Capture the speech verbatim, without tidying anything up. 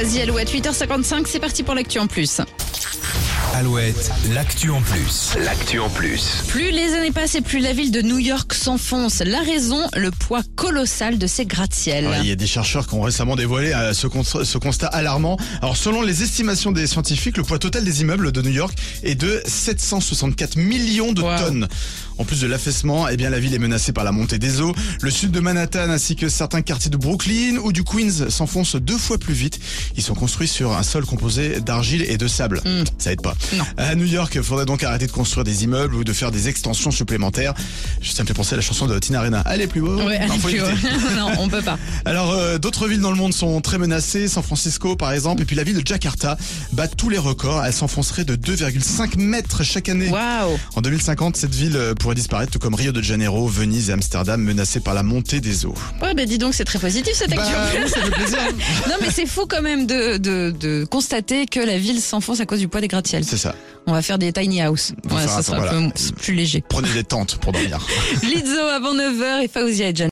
The Alouettes, huit heures cinquante-cinq, c'est parti pour l'actu en plus. Alouette, l'actu en plus. L'actu en plus. Plus les années passent et plus la ville de New York s'enfonce. La raison, le poids colossal de ces gratte-ciel. Ouais, il y a des chercheurs qui ont récemment dévoilé euh, ce, constat, ce constat alarmant. Alors selon les estimations des scientifiques, le poids total des immeubles de New York est de sept cent soixante-quatre millions de Wow. tonnes. En plus de l'affaissement, eh bien la ville est menacée par la montée des eaux. Le sud de Manhattan ainsi que certains quartiers de Brooklyn ou du Queens s'enfoncent deux fois plus vite. Ils sont construits sur un sol composé d'argile et de sable. Mm. Ça aide pas. Non. À New York, il faudrait donc arrêter de construire des immeubles ou de faire des extensions supplémentaires. Ça me fait penser à la chanson de Tina Arena. Allez plus haut. Ouais, Non, faut plus haut. éviter. Non, on peut pas. Alors euh, d'autres villes dans le monde sont très menacées, San Francisco par exemple, et puis la ville de Jakarta bat tous les records, elle s'enfoncerait de deux virgule cinq mètres chaque année. Waouh. En deux mille cinquante, cette ville euh, pourrait disparaître, tout comme Rio de Janeiro, Venise et Amsterdam, menacées par la montée des eaux. Ouais, bah dis donc, c'est très positif cette actu. Bah, oui, ça fait plaisir. Non, mais c'est fou quand même de, de, de constater que la ville s'enfonce à cause du poids des gratte-ciel. C'est ça. On va faire des tiny house. Faut Ouais, faire ça attention, sera voilà. un peu plus léger. Prenez des tentes pour dormir. Lizzo avant neuf heures et Fawzia et Jan.